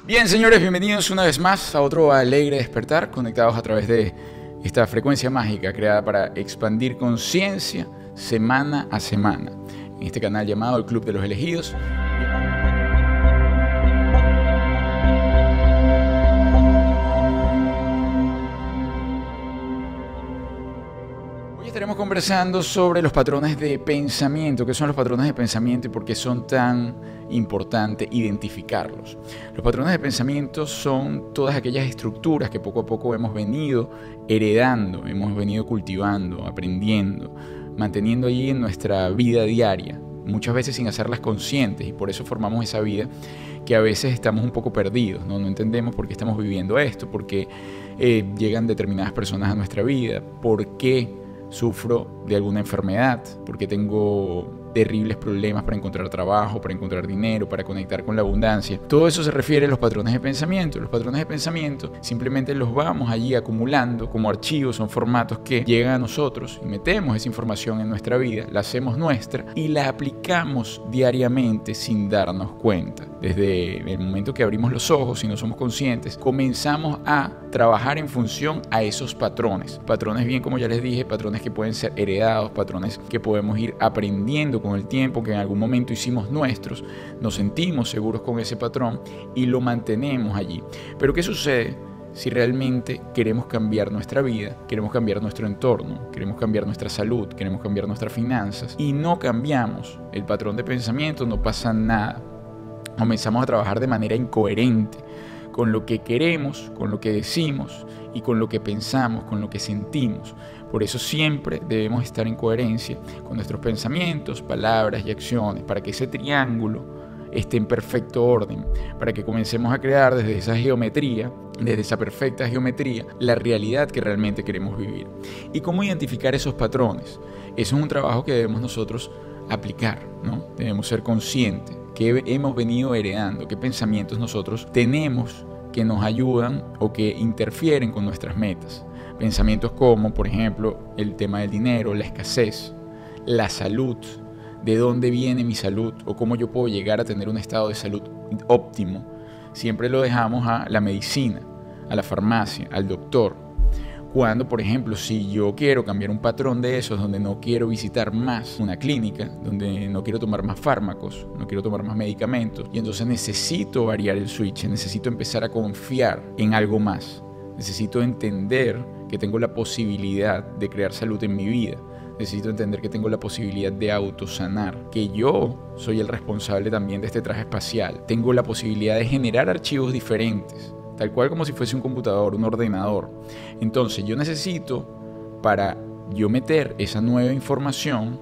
Bien, señores, bienvenidos una vez más a otro alegre despertar, conectados a través de esta frecuencia mágica creada para expandir conciencia semana a semana, en este canal llamado El Club de los Elegidos. Estaremos conversando sobre los patrones de pensamiento. ¿Qué son los patrones de pensamiento y por qué son tan importantes identificarlos? Los patrones de pensamiento son todas aquellas estructuras que poco a poco hemos venido heredando, hemos venido cultivando, aprendiendo, manteniendo allí en nuestra vida diaria, muchas veces sin hacerlas conscientes, y por eso formamos esa vida que a veces estamos un poco perdidos, no entendemos por qué estamos viviendo esto, por qué llegan determinadas personas a nuestra vida, por qué sufro de alguna enfermedad, porque tengo terribles problemas para encontrar trabajo, para encontrar dinero, para conectar con la abundancia. Todo eso se refiere a los patrones de pensamiento. Los patrones de pensamiento simplemente los vamos allí acumulando como archivos, son formatos que llegan a nosotros y metemos esa información en nuestra vida, la hacemos nuestra y la aplicamos diariamente sin darnos cuenta. Desde el momento que abrimos los ojos y no somos conscientes, comenzamos a trabajar en función a esos patrones. Patrones, bien como ya les dije, patrones que pueden ser heredados, patrones que podemos ir aprendiendo con el tiempo, que en algún momento hicimos nuestros, nos sentimos seguros con ese patrón y lo mantenemos allí. Pero ¿qué sucede si realmente queremos cambiar nuestra vida, queremos cambiar nuestro entorno, queremos cambiar nuestra salud, queremos cambiar nuestras finanzas y no cambiamos el patrón de pensamiento? No pasa nada. Comenzamos a trabajar de manera incoherente con lo que queremos, con lo que decimos y con lo que pensamos, con lo que sentimos. Por eso siempre debemos estar en coherencia con nuestros pensamientos, palabras y acciones, para que ese triángulo esté en perfecto orden, para que comencemos a crear desde esa geometría, desde esa perfecta geometría, la realidad que realmente queremos vivir. ¿Y cómo identificar esos patrones? Eso es un trabajo que debemos nosotros aplicar, ¿no? Debemos ser conscientes qué hemos venido heredando, qué pensamientos nosotros tenemos que nos ayudan o que interfieren con nuestras metas. Pensamientos como, por ejemplo, el tema del dinero, la escasez, la salud, de dónde viene mi salud o cómo yo puedo llegar a tener un estado de salud óptimo. Siempre lo dejamos a la medicina, a la farmacia, al doctor. Cuando, por ejemplo, si yo quiero cambiar un patrón de esos, donde no quiero visitar más una clínica, donde no quiero tomar más fármacos, no quiero tomar más medicamentos, y entonces necesito variar el switch, necesito empezar a confiar en algo más, necesito entender que tengo la posibilidad de crear salud en mi vida, necesito entender que tengo la posibilidad de autosanar, que yo soy el responsable también de este traje espacial, tengo la posibilidad de generar archivos diferentes, tal cual como si fuese un computador, un ordenador. Entonces yo necesito, para yo meter esa nueva información,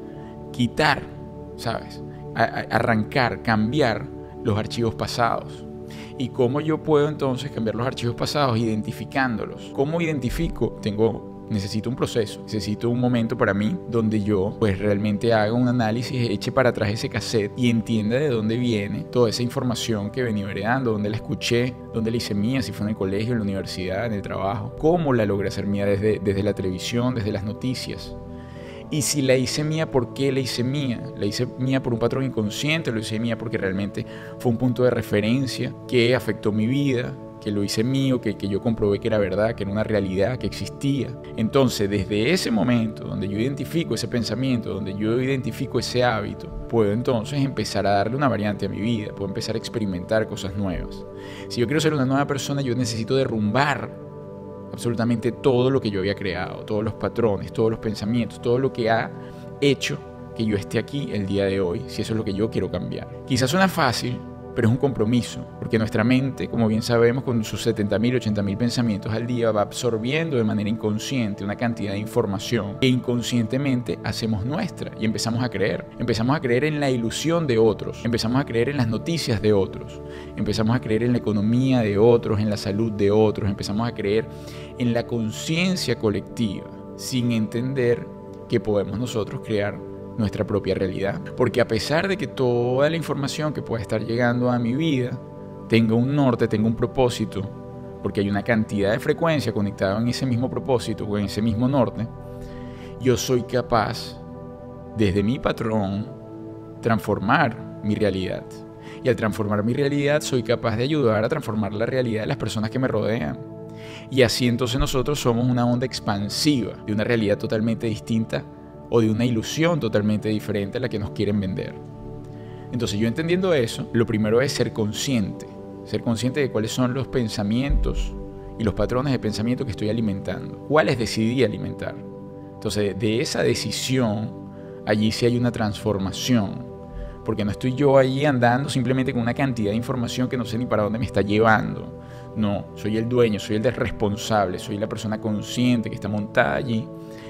quitar, ¿sabes? Arrancar, cambiar los archivos pasados. ¿Y cómo yo puedo entonces cambiar los archivos pasados? Identificándolos. ¿Cómo identifico? Necesito un proceso, necesito un momento para mí donde yo pues realmente haga un análisis, eche para atrás ese cassette y entienda de dónde viene toda esa información que he venido heredando, dónde la escuché, dónde la hice mía, si fue en el colegio, en la universidad, en el trabajo, cómo la logré hacer mía desde la televisión, desde las noticias. Y si la hice mía, ¿por qué la hice mía? La hice mía por un patrón inconsciente, lo hice mía porque realmente fue un punto de referencia que afectó mi vida, que lo hice mío, que yo comprobé que era verdad, que era una realidad, que existía. Entonces, desde ese momento donde yo identifico ese pensamiento, donde yo identifico ese hábito, puedo entonces empezar a darle una variante a mi vida, puedo empezar a experimentar cosas nuevas. Si yo quiero ser una nueva persona, yo necesito derrumbar absolutamente todo lo que yo había creado, todos los patrones, todos los pensamientos, todo lo que ha hecho que yo esté aquí el día de hoy, si eso es lo que yo quiero cambiar. Quizás suena fácil, pero es un compromiso, porque nuestra mente, como bien sabemos, con sus 70.000, 80.000 pensamientos al día, va absorbiendo de manera inconsciente una cantidad de información que inconscientemente hacemos nuestra y empezamos a creer en la ilusión de otros, empezamos a creer en las noticias de otros, empezamos a creer en la economía de otros, en la salud de otros, empezamos a creer en la conciencia colectiva, sin entender que podemos nosotros crear nuestra propia realidad. Porque a pesar de que toda la información que pueda estar llegando a mi vida tenga un norte, tenga un propósito, porque hay una cantidad de frecuencia conectada en ese mismo propósito o en ese mismo norte, yo soy capaz, desde mi patrón, transformar mi realidad. Y al transformar mi realidad, soy capaz de ayudar a transformar la realidad de las personas que me rodean. Y así entonces nosotros somos una onda expansiva de una realidad totalmente distinta o de una ilusión totalmente diferente a la que nos quieren vender. Entonces yo entendiendo eso, lo primero es ser consciente de cuáles son los pensamientos y los patrones de pensamiento que estoy alimentando, cuáles decidí alimentar. Entonces de esa decisión, allí sí hay una transformación, porque no estoy yo ahí andando simplemente con una cantidad de información que no sé ni para dónde me está llevando. No, soy el dueño, soy el responsable, soy la persona consciente que está montada allí,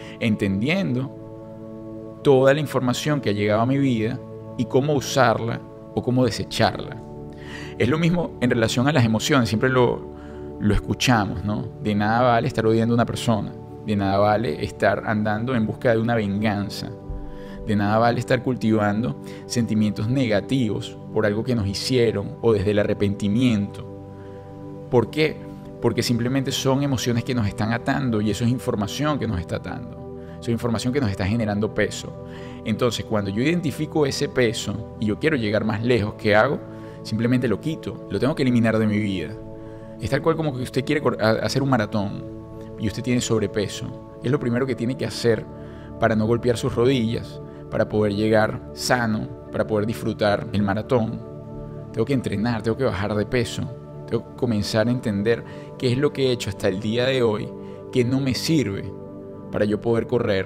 entendiendo toda la información que ha llegado a mi vida y cómo usarla o cómo desecharla. Es lo mismo en relación a las emociones, siempre lo escuchamos, ¿no? De nada vale estar odiando a una persona, de nada vale estar andando en busca de una venganza, de nada vale estar cultivando sentimientos negativos por algo que nos hicieron o desde el arrepentimiento. ¿Por qué? Porque simplemente son emociones que nos están atando y eso es información que nos está atando. Eso es información que nos está generando peso. Entonces, cuando yo identifico ese peso y yo quiero llegar más lejos, ¿qué hago? Simplemente lo quito, lo tengo que eliminar de mi vida. Es tal cual como que usted quiere hacer un maratón y usted tiene sobrepeso. Es lo primero que tiene que hacer para no golpear sus rodillas, para poder llegar sano, para poder disfrutar el maratón. Tengo que entrenar, tengo que bajar de peso, tengo que comenzar a entender qué es lo que he hecho hasta el día de hoy que no me sirve para yo poder correr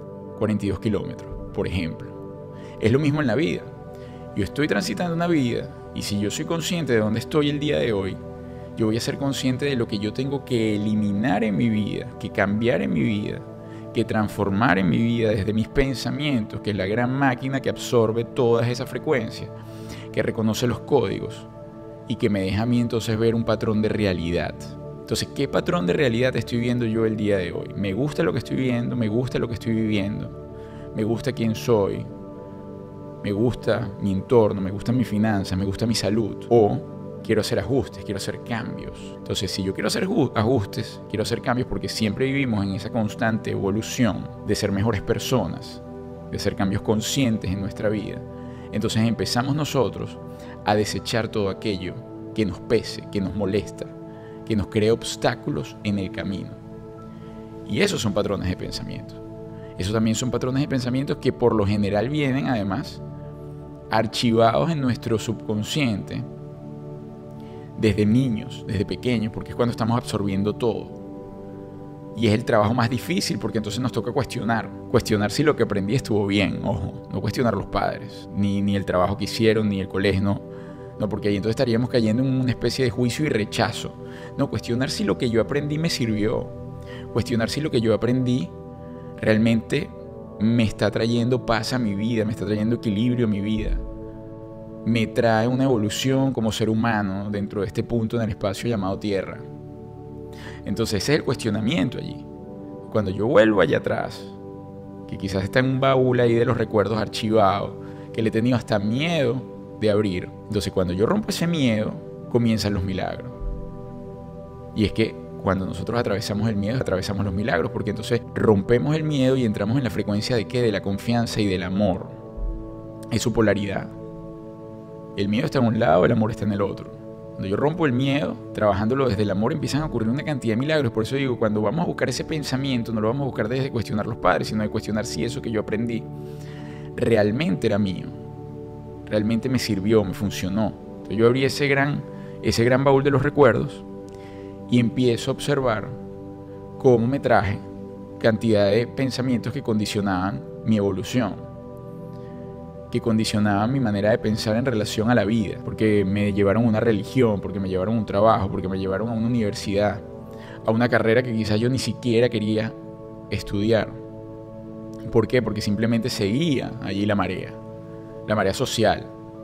42 kilómetros, por ejemplo. Es lo mismo en la vida. Yo estoy transitando una vida y si yo soy consciente de dónde estoy el día de hoy, yo voy a ser consciente de lo que yo tengo que eliminar en mi vida, que cambiar en mi vida, que transformar en mi vida desde mis pensamientos, que es la gran máquina que absorbe todas esas frecuencias, que reconoce los códigos y que me deja a mí entonces ver un patrón de realidad. Entonces, ¿qué patrón de realidad estoy viendo yo el día de hoy? ¿Me gusta lo que estoy viendo? ¿Me gusta lo que estoy viviendo? ¿Me gusta quién soy? ¿Me gusta mi entorno? ¿Me gustan mis finanzas? ¿Me gusta mi salud? ¿O quiero hacer ajustes? ¿Quiero hacer cambios? Entonces, si yo quiero hacer ajustes, quiero hacer cambios porque siempre vivimos en esa constante evolución de ser mejores personas, de hacer cambios conscientes en nuestra vida. Entonces empezamos nosotros a desechar todo aquello que nos pese, que nos molesta, que nos crea obstáculos en el camino. Y esos son patrones de pensamiento. Esos también son patrones de pensamientos que por lo general vienen además archivados en nuestro subconsciente desde niños, desde pequeños, porque es cuando estamos absorbiendo todo. Y es el trabajo más difícil porque entonces nos toca cuestionar si lo que aprendí estuvo bien, ojo, no cuestionar los padres, ni el trabajo que hicieron, ni el colegio, no, porque ahí entonces estaríamos cayendo en una especie de juicio y rechazo. No, cuestionar si lo que yo aprendí me sirvió, cuestionar si lo que yo aprendí realmente me está trayendo paz a mi vida, me está trayendo equilibrio a mi vida, me trae una evolución como ser humano dentro de este punto en el espacio llamado Tierra. Entonces ese es el cuestionamiento allí. Cuando yo vuelvo allá atrás, que quizás está en un baúl ahí de los recuerdos archivados, que le he tenido hasta miedo de abrir. Entonces cuando yo rompo ese miedo, comienzan los milagros. Y es que cuando nosotros atravesamos el miedo, atravesamos los milagros, porque entonces rompemos el miedo y entramos en la frecuencia de ¿qué? De la confianza y del amor. Es su polaridad. El miedo está en un lado, el amor está en el otro. Cuando yo rompo el miedo, trabajándolo desde el amor, empiezan a ocurrir una cantidad de milagros. Por eso digo, cuando vamos a buscar ese pensamiento, no lo vamos a buscar desde cuestionar los padres, sino de cuestionar si eso que yo aprendí realmente era mío, realmente me sirvió, me funcionó. Entonces yo abrí ese gran baúl de los recuerdos y empiezo a observar cómo me traje cantidad de pensamientos que condicionaban mi evolución, que condicionaban mi manera de pensar en relación a la vida, porque me llevaron a una religión, porque me llevaron a un trabajo, porque me llevaron a una universidad, a una carrera que quizás yo ni siquiera quería estudiar. ¿Por qué? Porque simplemente seguía allí la marea social.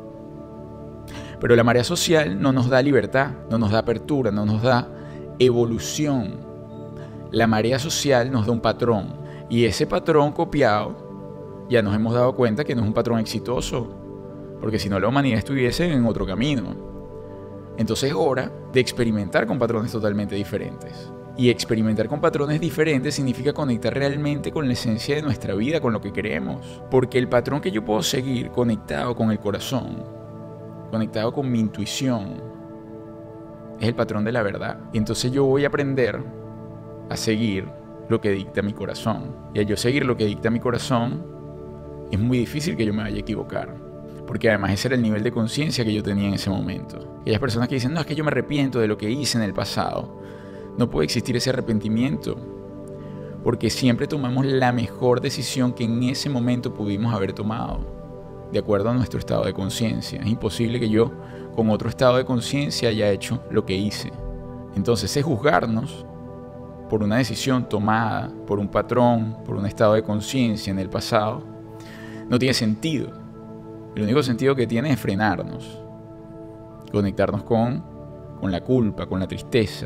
Pero la marea social no nos da libertad, no nos da apertura, no nos da evolución. La marea social nos da un patrón, y ese patrón copiado ya nos hemos dado cuenta que no es un patrón exitoso, porque si no la humanidad estuviese en otro camino. Entonces es hora de experimentar con patrones totalmente diferentes. Y experimentar con patrones diferentes significa conectar realmente con la esencia de nuestra vida, con lo que queremos. Porque el patrón que yo puedo seguir conectado con el corazón, conectado con mi intuición, es el patrón de la verdad. Y entonces yo voy a aprender a seguir lo que dicta mi corazón. Y al yo seguir lo que dicta mi corazón, es muy difícil que yo me vaya a equivocar. Porque además ese era el nivel de conciencia que yo tenía en ese momento. Aquellas personas que dicen, no, es que yo me arrepiento de lo que hice en el pasado. No puede existir ese arrepentimiento. Porque siempre tomamos la mejor decisión que en ese momento pudimos haber tomado, de acuerdo a nuestro estado de conciencia. Es imposible que yo, con otro estado de conciencia, haya hecho lo que hice. Entonces, es juzgarnos por una decisión tomada, por un patrón, por un estado de conciencia en el pasado, no tiene sentido. El único sentido que tiene es frenarnos, conectarnos con la culpa, con la tristeza,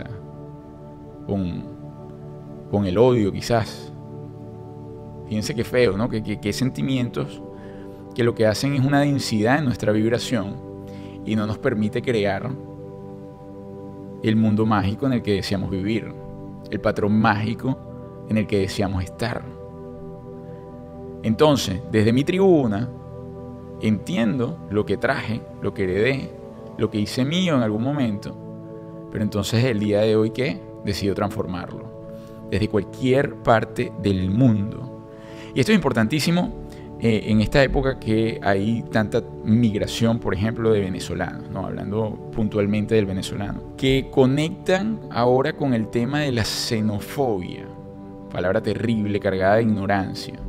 con el odio quizás. Fíjense qué feo, ¿no? Que sentimientos que lo que hacen es una densidad en nuestra vibración y no nos permite crear el mundo mágico en el que deseamos vivir, el patrón mágico en el que deseamos estar. Entonces, desde mi tribuna, entiendo lo que traje, lo que heredé, lo que hice mío en algún momento, pero entonces el día de hoy, ¿qué? Decido transformarlo, desde cualquier parte del mundo. Y esto es importantísimo en esta época que hay tanta migración, por ejemplo, de venezolanos, ¿no? Hablando puntualmente del venezolano, que conectan ahora con el tema de la xenofobia, palabra terrible, cargada de ignorancia.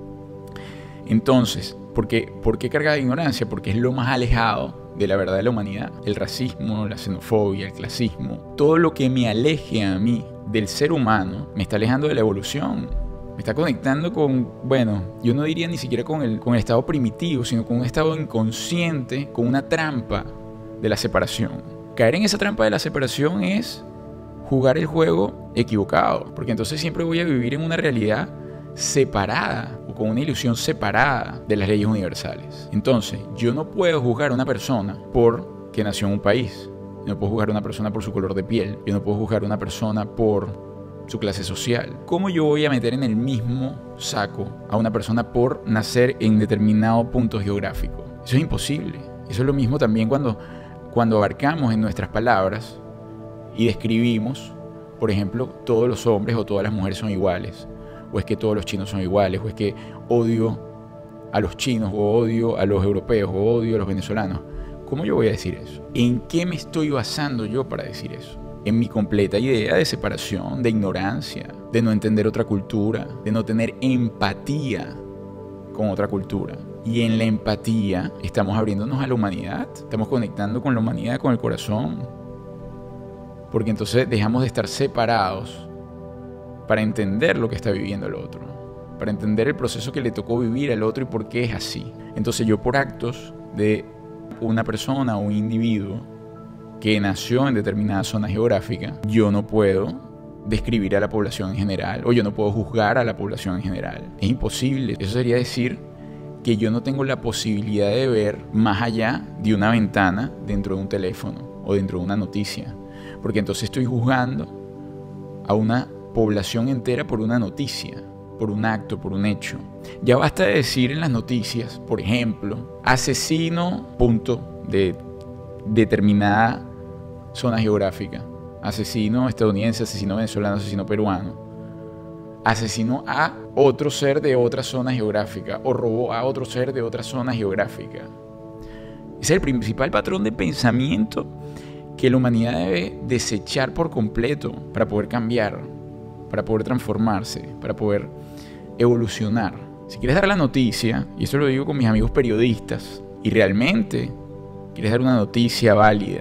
Entonces, ¿por qué cargada de ignorancia? Porque es lo más alejado de la verdad de la humanidad. El racismo, la xenofobia, el clasismo, todo lo que me aleje a mí del ser humano, me está alejando de la evolución. Me está conectando con, bueno, yo no diría ni siquiera con el estado primitivo, sino con un estado inconsciente, con una trampa de la separación. Caer en esa trampa de la separación es jugar el juego equivocado, porque entonces siempre voy a vivir en una realidad separada o con una ilusión separada de las leyes universales. Entonces, yo no puedo juzgar a una persona porque nació en un país. Yo no puedo juzgar a una persona por su color de piel. Yo no puedo juzgar a una persona por su clase social. ¿Cómo yo voy a meter en el mismo saco a una persona por nacer en determinado punto geográfico? Eso es imposible. Eso es lo mismo también cuando abarcamos en nuestras palabras y describimos, por ejemplo, todos los hombres o todas las mujeres son iguales, o es que todos los chinos son iguales, o es que odio a los chinos, o odio a los europeos, o odio a los venezolanos. ¿Cómo yo voy a decir eso? ¿En qué me estoy basando yo para decir eso? En mi completa idea de separación, de ignorancia, de no entender otra cultura, de no tener empatía con otra cultura. Y en la empatía estamos abriéndonos a la humanidad, estamos conectando con la humanidad, con el corazón. Porque entonces dejamos de estar separados para entender lo que está viviendo el otro, para entender el proceso que le tocó vivir al otro y por qué es así. Entonces yo, por actos de una persona o un individuo que nació en determinada zona geográfica, yo no puedo describir a la población en general, o yo no puedo juzgar a la población en general. Es imposible. Eso sería decir que yo no tengo la posibilidad de ver más allá de una ventana dentro de un teléfono o dentro de una noticia, porque entonces estoy juzgando a una población entera por una noticia, por un acto, por un hecho. Ya basta de decir en las noticias, por ejemplo, asesino, punto, de determinada zona geográfica, asesino estadounidense, asesino venezolano, asesino peruano, asesinó a otro ser de otra zona geográfica o robó a otro ser de otra zona geográfica. Ese es el principal patrón de pensamiento que la humanidad debe desechar por completo para poder cambiar, para poder transformarse, para poder evolucionar. Si quieres dar la noticia, y eso lo digo con mis amigos periodistas, y realmente quieres dar una noticia válida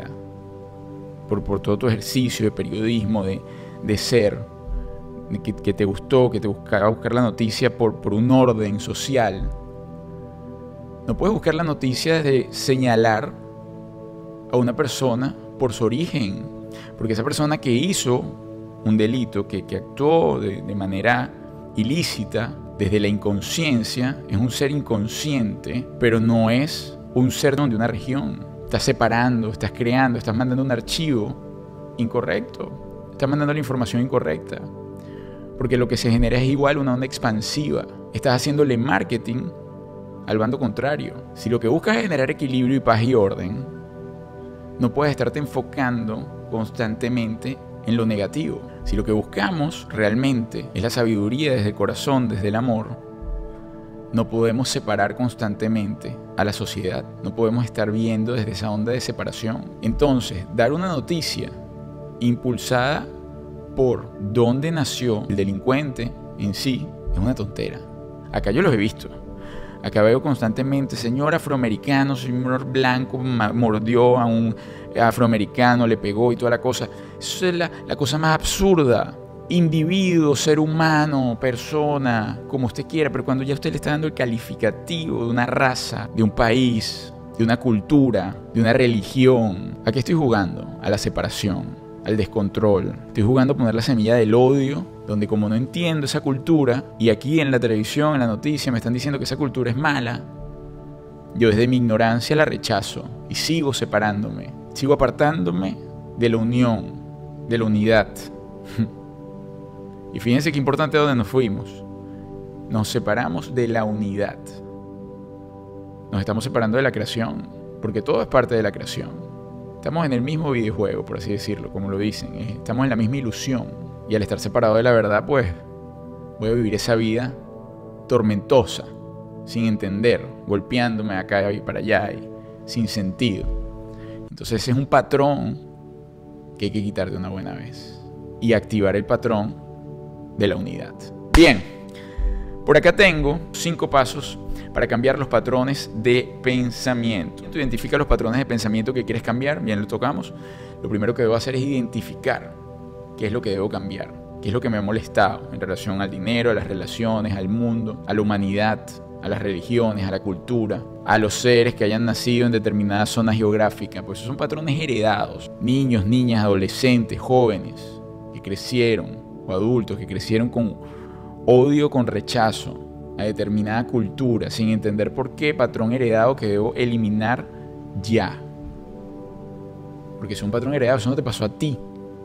por todo tu ejercicio de periodismo, de ser, que te gustó, que te buscaba buscar la noticia por un orden social, no puedes buscar la noticia de señalar a una persona por su origen, porque esa persona que hizo un delito, que actuó de manera ilícita, desde la inconsciencia, es un ser inconsciente, pero no es un ser de una región. Estás separando, estás creando, estás mandando un archivo incorrecto, estás mandando la información incorrecta, porque lo que se genera es igual una onda expansiva. Estás haciéndole marketing al bando contrario. Si lo que buscas es generar equilibrio y paz y orden, No puedes estarte enfocando constantemente en lo negativo. Si lo que buscamos realmente es la sabiduría desde el corazón, desde el amor, no podemos separar constantemente a la sociedad. No podemos estar viendo desde esa onda de separación. Entonces, dar una noticia impulsada por dónde nació el delincuente en sí es una tontera. Acá yo los he visto. Acá veo constantemente, señor afroamericano, señor blanco mordió a un afroamericano, le pegó y toda la cosa. Eso es la cosa más absurda. Individuo, ser humano, persona, como usted quiera, pero cuando ya usted le está dando el calificativo de una raza, de un país, de una cultura, de una religión, ¿a qué estoy jugando? A la separación, al descontrol. Estoy jugando a poner la semilla del odio, donde como no entiendo esa cultura, y aquí en la televisión, en la noticia, me están diciendo que esa cultura es mala, yo desde mi ignorancia la rechazo y sigo separándome, sigo apartándome de la unión, de la unidad. Y fíjense qué importante dónde nos fuimos. Nos separamos de la unidad. Nos estamos separando de la creación, porque todo es parte de la creación. Estamos en el mismo videojuego, por así decirlo, como lo dicen. Estamos en la misma ilusión. Y al estar separado de la verdad, pues, voy a vivir esa vida tormentosa, sin entender, golpeándome acá y para allá, y sin sentido. Entonces ese es un patrón que hay que quitar de una buena vez. Y activar el patrón de la unidad. Bien, por acá tengo 5 pasos para cambiar los patrones de pensamiento. Tú identifica los patrones de pensamiento que quieres cambiar, bien lo tocamos. Lo primero que debo hacer es identificar qué es lo que debo cambiar, qué es lo que me ha molestado en relación al dinero, a las relaciones, al mundo, a la humanidad, a las religiones, a la cultura, a los seres que hayan nacido en determinadas zonas geográficas. Pues esos son patrones heredados. Niños, niñas, adolescentes, jóvenes que crecieron, o adultos que crecieron con odio, con rechazo a determinada cultura, sin entender por qué, patrón heredado que debo eliminar ya. Porque es un patrón heredado, eso no te pasó a ti.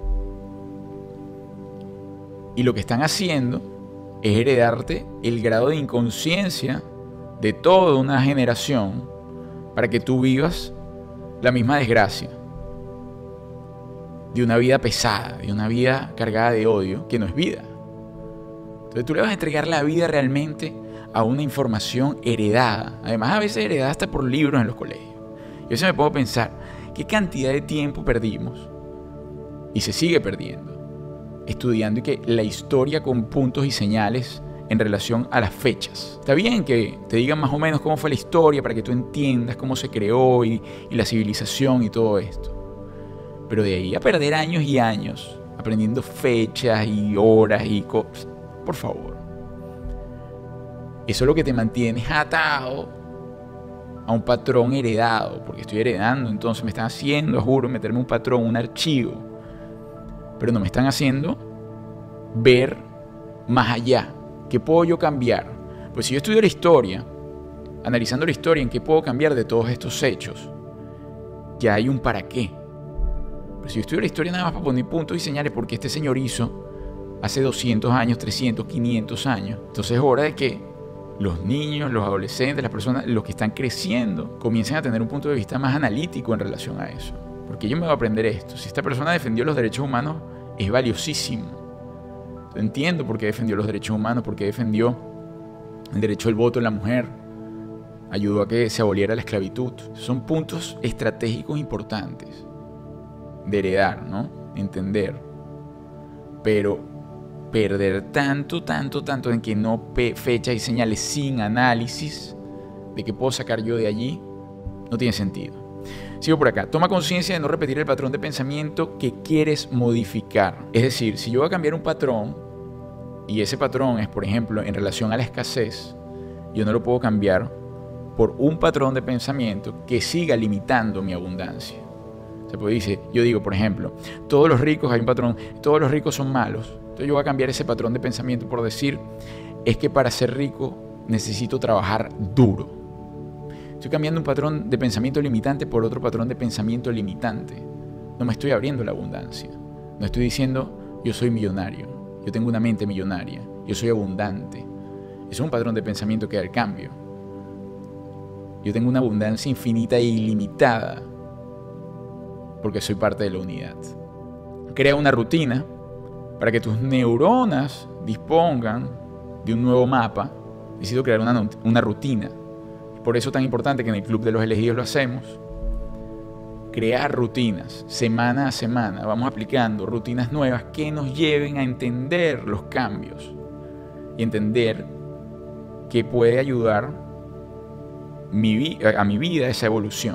Y lo que están haciendo es heredarte el grado de inconsciencia de toda una generación para que tú vivas la misma desgracia. De una vida pesada, de una vida cargada de odio, que no es vida. Entonces tú le vas a entregar la vida realmente a una información heredada. Además, a veces heredada hasta por libros en los colegios. Y a veces me puedo pensar, ¿qué cantidad de tiempo perdimos? Y se sigue perdiendo. Estudiando y que la historia con puntos y señales en relación a las fechas. Está bien que te digan más o menos cómo fue la historia para que tú entiendas cómo se creó y la civilización y todo esto. Pero de ahí a perder años y años aprendiendo fechas y horas y cosas, por favor. Eso es lo que te mantiene atado a un patrón heredado, porque estoy heredando, entonces me están haciendo, juro, meterme un patrón, un archivo, pero no me están haciendo ver más allá. ¿Qué puedo yo cambiar? Pues si yo estudio la historia, analizando la historia, ¿en qué puedo cambiar de todos estos hechos? Ya hay un para qué. Pero si yo estudio la historia nada más para poner puntos y señales porque este señor hizo hace 200 años, 300, 500 años, entonces es hora de que los niños, los adolescentes, las personas, los que están creciendo, comiencen a tener un punto de vista más analítico en relación a eso. Porque yo me voy a aprender esto. Si esta persona defendió los derechos humanos, es valiosísimo. Entiendo por qué defendió los derechos humanos, por qué defendió el derecho al voto de la mujer, ayudó a que se aboliera la esclavitud. Son puntos estratégicos importantes de heredar, ¿no? Entender. Pero perder tanto en que no fechas y señales sin análisis de qué puedo sacar yo de allí, no tiene sentido. Sigo por acá. Toma conciencia de no repetir el patrón de pensamiento que quieres modificar. Es decir, si yo voy a cambiar un patrón y ese patrón es, por ejemplo, en relación a la escasez, yo no lo puedo cambiar por un patrón de pensamiento que siga limitando mi abundancia. Yo digo, por ejemplo, todos los ricos, hay un patrón, todos los ricos son malos. Entonces yo voy a cambiar ese patrón de pensamiento por decir, es que para ser rico necesito trabajar duro. Estoy cambiando un patrón de pensamiento limitante por otro patrón de pensamiento limitante. No me estoy abriendo la abundancia. No estoy diciendo, yo soy millonario, yo tengo una mente millonaria, yo soy abundante. Eso es un patrón de pensamiento que da el cambio. Yo tengo una abundancia infinita e ilimitada. porque soy parte de la unidad. Crea una rutina para que tus neuronas dispongan de un nuevo mapa. Necesito crear una rutina. Por eso es tan importante que en el Club de los Elegidos lo hacemos. Crear rutinas, semana a semana. Vamos aplicando rutinas nuevas que nos lleven a entender los cambios y entender que puede ayudar a mi vida esa evolución.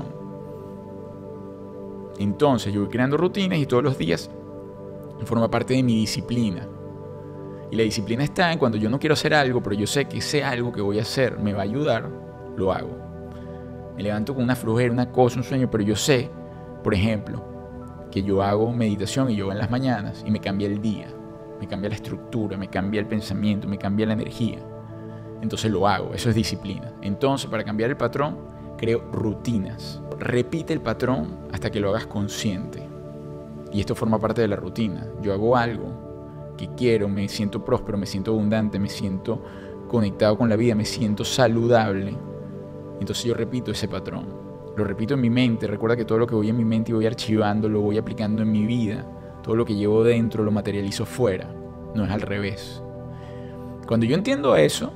Entonces yo voy creando rutinas y todos los días forma parte de mi disciplina. Y la disciplina está en cuando yo no quiero hacer algo, pero yo sé que ese algo que voy a hacer me va a ayudar, lo hago. Me levanto con una flojera, una cosa, un sueño, pero yo sé, por ejemplo, que yo hago meditación y yoga en las mañanas y me cambia el día, me cambia la estructura, me cambia el pensamiento, me cambia la energía. Entonces lo hago, eso es disciplina. Entonces, para cambiar el patrón, creo rutinas. Repite el patrón hasta que lo hagas consciente. Y esto forma parte de la rutina. Yo hago algo que quiero, me siento próspero, me siento abundante, me siento conectado con la vida, me siento saludable. Entonces yo repito ese patrón. Lo repito en mi mente. Recuerda que todo lo que voy en mi mente y voy archivando, lo voy aplicando en mi vida. Todo lo que llevo dentro lo materializo fuera. No es al revés. Cuando yo entiendo eso,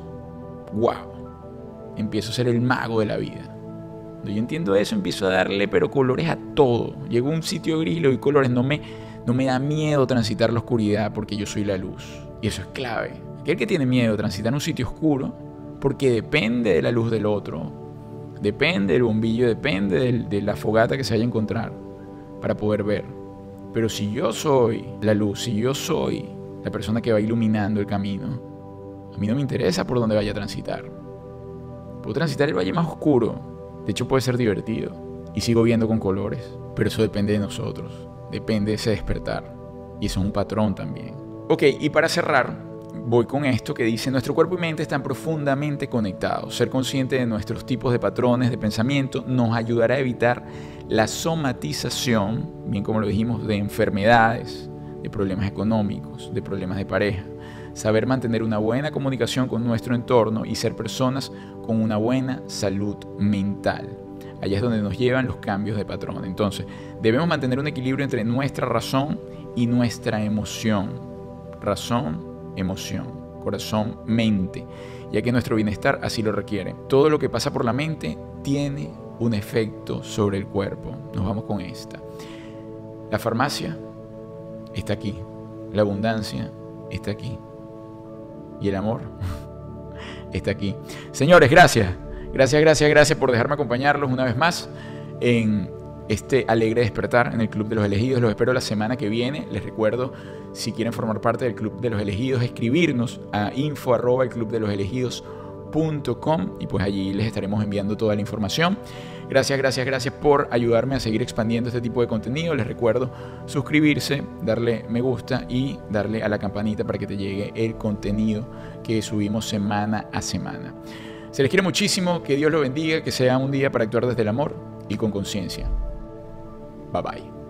wow, empiezo a ser el mago de la vida. Cuando yo entiendo eso, empiezo a darle pero colores a todo. Llego a un sitio gris y le doy colores. No me da miedo transitar la oscuridad porque yo soy la luz. Y eso es clave. Aquel que tiene miedo de transitar un sitio oscuro, porque depende de la luz del otro, depende del bombillo, depende de la fogata que se vaya a encontrar para poder ver. Pero si yo soy la luz, si yo soy la persona que va iluminando el camino, a mí no me interesa por dónde vaya a transitar. Puedo transitar el valle más oscuro. De hecho puede ser divertido. Y sigo viendo con colores. Pero eso depende de nosotros. Depende de ese despertar. Y eso es un patrón también. Ok, y para cerrar, voy con esto que dice: nuestro cuerpo y mente están profundamente conectados. Ser consciente de nuestros tipos de patrones de pensamiento nos ayudará a evitar la somatización, bien como lo dijimos, de enfermedades, de problemas económicos, de problemas de pareja. Saber mantener una buena comunicación con nuestro entorno y ser personas con una buena salud mental. Allá es donde nos llevan los cambios de patrón. Entonces, debemos mantener un equilibrio entre nuestra razón y nuestra emoción. Razón, emoción, corazón, mente, ya que nuestro bienestar así lo requiere. Todo lo que pasa por la mente tiene un efecto sobre el cuerpo. Nos vamos con esta. La farmacia está aquí. La abundancia está aquí. Y el amor está aquí. Señores, gracias. Gracias por dejarme acompañarlos una vez más en este alegre despertar en el Club de los Elegidos. Los espero la semana que viene. Les recuerdo, si quieren formar parte del Club de los Elegidos, escribirnos a info@elclubdeloselegidos.com y pues allí les estaremos enviando toda la información. Gracias por ayudarme a seguir expandiendo este tipo de contenido. Les recuerdo suscribirse, darle me gusta y darle a la campanita para que te llegue el contenido que subimos semana a semana. Se les quiere muchísimo, que Dios los bendiga, que sea un día para actuar desde el amor y con conciencia. Bye bye.